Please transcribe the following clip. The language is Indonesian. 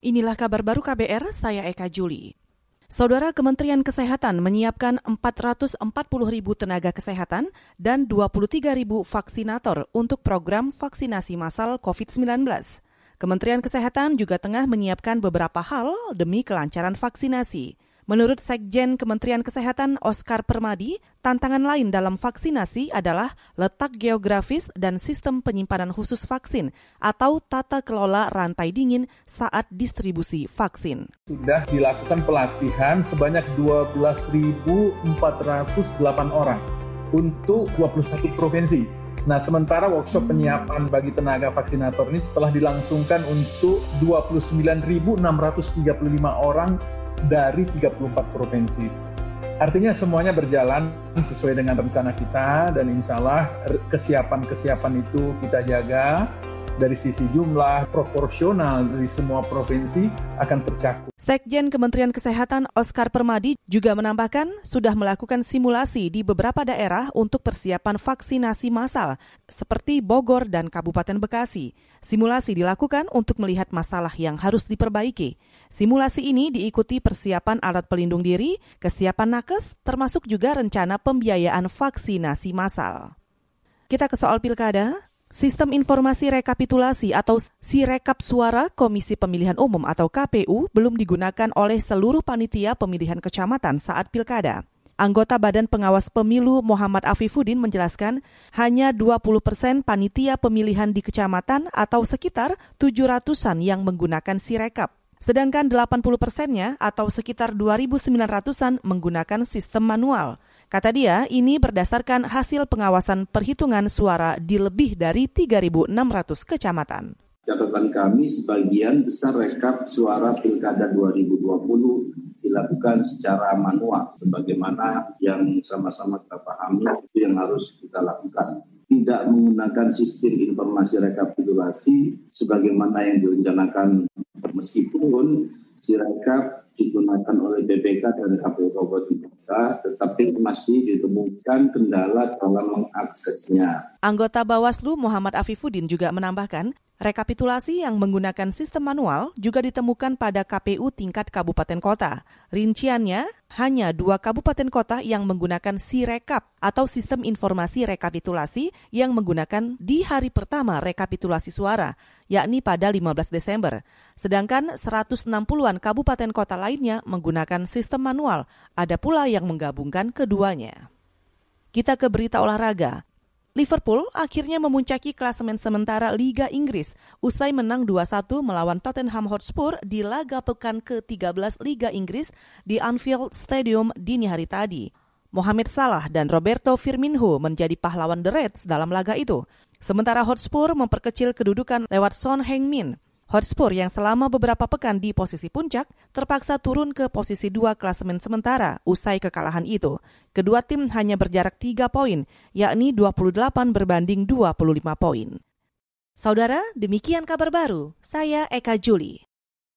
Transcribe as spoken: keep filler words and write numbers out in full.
Inilah kabar baru K B R, saya Eka Juli. Saudara, Kementerian Kesehatan menyiapkan empat ratus empat puluh ribu tenaga kesehatan dan dua puluh tiga ribu vaksinator untuk program vaksinasi massal covid sembilan belas. Kementerian Kesehatan juga tengah menyiapkan beberapa hal demi kelancaran vaksinasi. Menurut Sekjen Kementerian Kesehatan Oskar Permadi, tantangan lain dalam vaksinasi adalah letak geografis dan sistem penyimpanan khusus vaksin atau tata kelola rantai dingin saat distribusi vaksin. Sudah dilakukan pelatihan sebanyak dua belas ribu empat ratus delapan orang untuk dua puluh satu provinsi. Nah, sementara workshop penyiapan bagi tenaga vaksinator ini telah dilangsungkan untuk dua puluh sembilan ribu enam ratus tiga puluh lima orang dari tiga puluh empat provinsi. Artinya semuanya berjalan sesuai dengan rencana kita dan insya Allah kesiapan-kesiapan itu kita jaga dari sisi jumlah proporsional dari semua provinsi akan tercakup. Sekjen Kementerian Kesehatan Oskar Permadi juga menambahkan sudah melakukan simulasi di beberapa daerah untuk persiapan vaksinasi massal seperti Bogor dan Kabupaten Bekasi. Simulasi dilakukan untuk melihat masalah yang harus diperbaiki. Simulasi ini diikuti persiapan alat pelindung diri, kesiapan nakes, termasuk juga rencana pembiayaan vaksinasi massal. Kita ke soal pilkada. Sistem Informasi Rekapitulasi atau Sirekap Suara Komisi Pemilihan Umum atau K P U belum digunakan oleh seluruh panitia pemilihan kecamatan saat pilkada. Anggota Badan Pengawas Pemilu Muhammad Afifuddin menjelaskan hanya dua puluh persen panitia pemilihan di kecamatan atau sekitar tujuh ratusan yang menggunakan Sirekap. Sedangkan delapan puluh persennya atau sekitar dua ribu sembilan ratusan menggunakan sistem manual. Kata dia, ini berdasarkan hasil pengawasan perhitungan suara di lebih dari tiga ribu enam ratus kecamatan. Catatan kami, sebagian besar rekap suara Pilkada dua ribu dua puluh dilakukan secara manual, sebagaimana yang sama-sama kita pahami itu yang harus kita lakukan. Tidak menggunakan sistem informasi rekapitulasi sebagaimana yang direncanakan, meskipun Sirekap digunakan oleh B P K dan K P U Kabupaten Kota, tetapi masih ditemukan kendala dalam mengaksesnya. Anggota Bawaslu Muhammad Afifuddin juga menambahkan, rekapitulasi yang menggunakan sistem manual juga ditemukan pada K P U tingkat kabupaten kota. Rinciannya, hanya dua kabupaten kota yang menggunakan Sirekap atau sistem informasi rekapitulasi yang menggunakan di hari pertama rekapitulasi suara, yakni pada lima belas Desember. Sedangkan seratus enam puluhan kabupaten kota lainnya menggunakan sistem manual. Ada pula yang menggabungkan keduanya. Kita ke berita olahraga. Liverpool akhirnya memuncaki klasemen sementara Liga Inggris usai menang dua satu melawan Tottenham Hotspur di laga pekan ke tiga belas Liga Inggris di Anfield Stadium dini hari tadi. Mohamed Salah dan Roberto Firmino menjadi pahlawan The Reds dalam laga itu. Sementara Hotspur memperkecil kedudukan lewat Son Heung-min. Hotspur yang selama beberapa pekan di posisi puncak terpaksa turun ke posisi dua klasemen sementara usai kekalahan itu. Kedua tim hanya berjarak tiga poin, yakni dua puluh delapan berbanding dua puluh lima poin. Saudara, demikian kabar baru. Saya Eka Juli.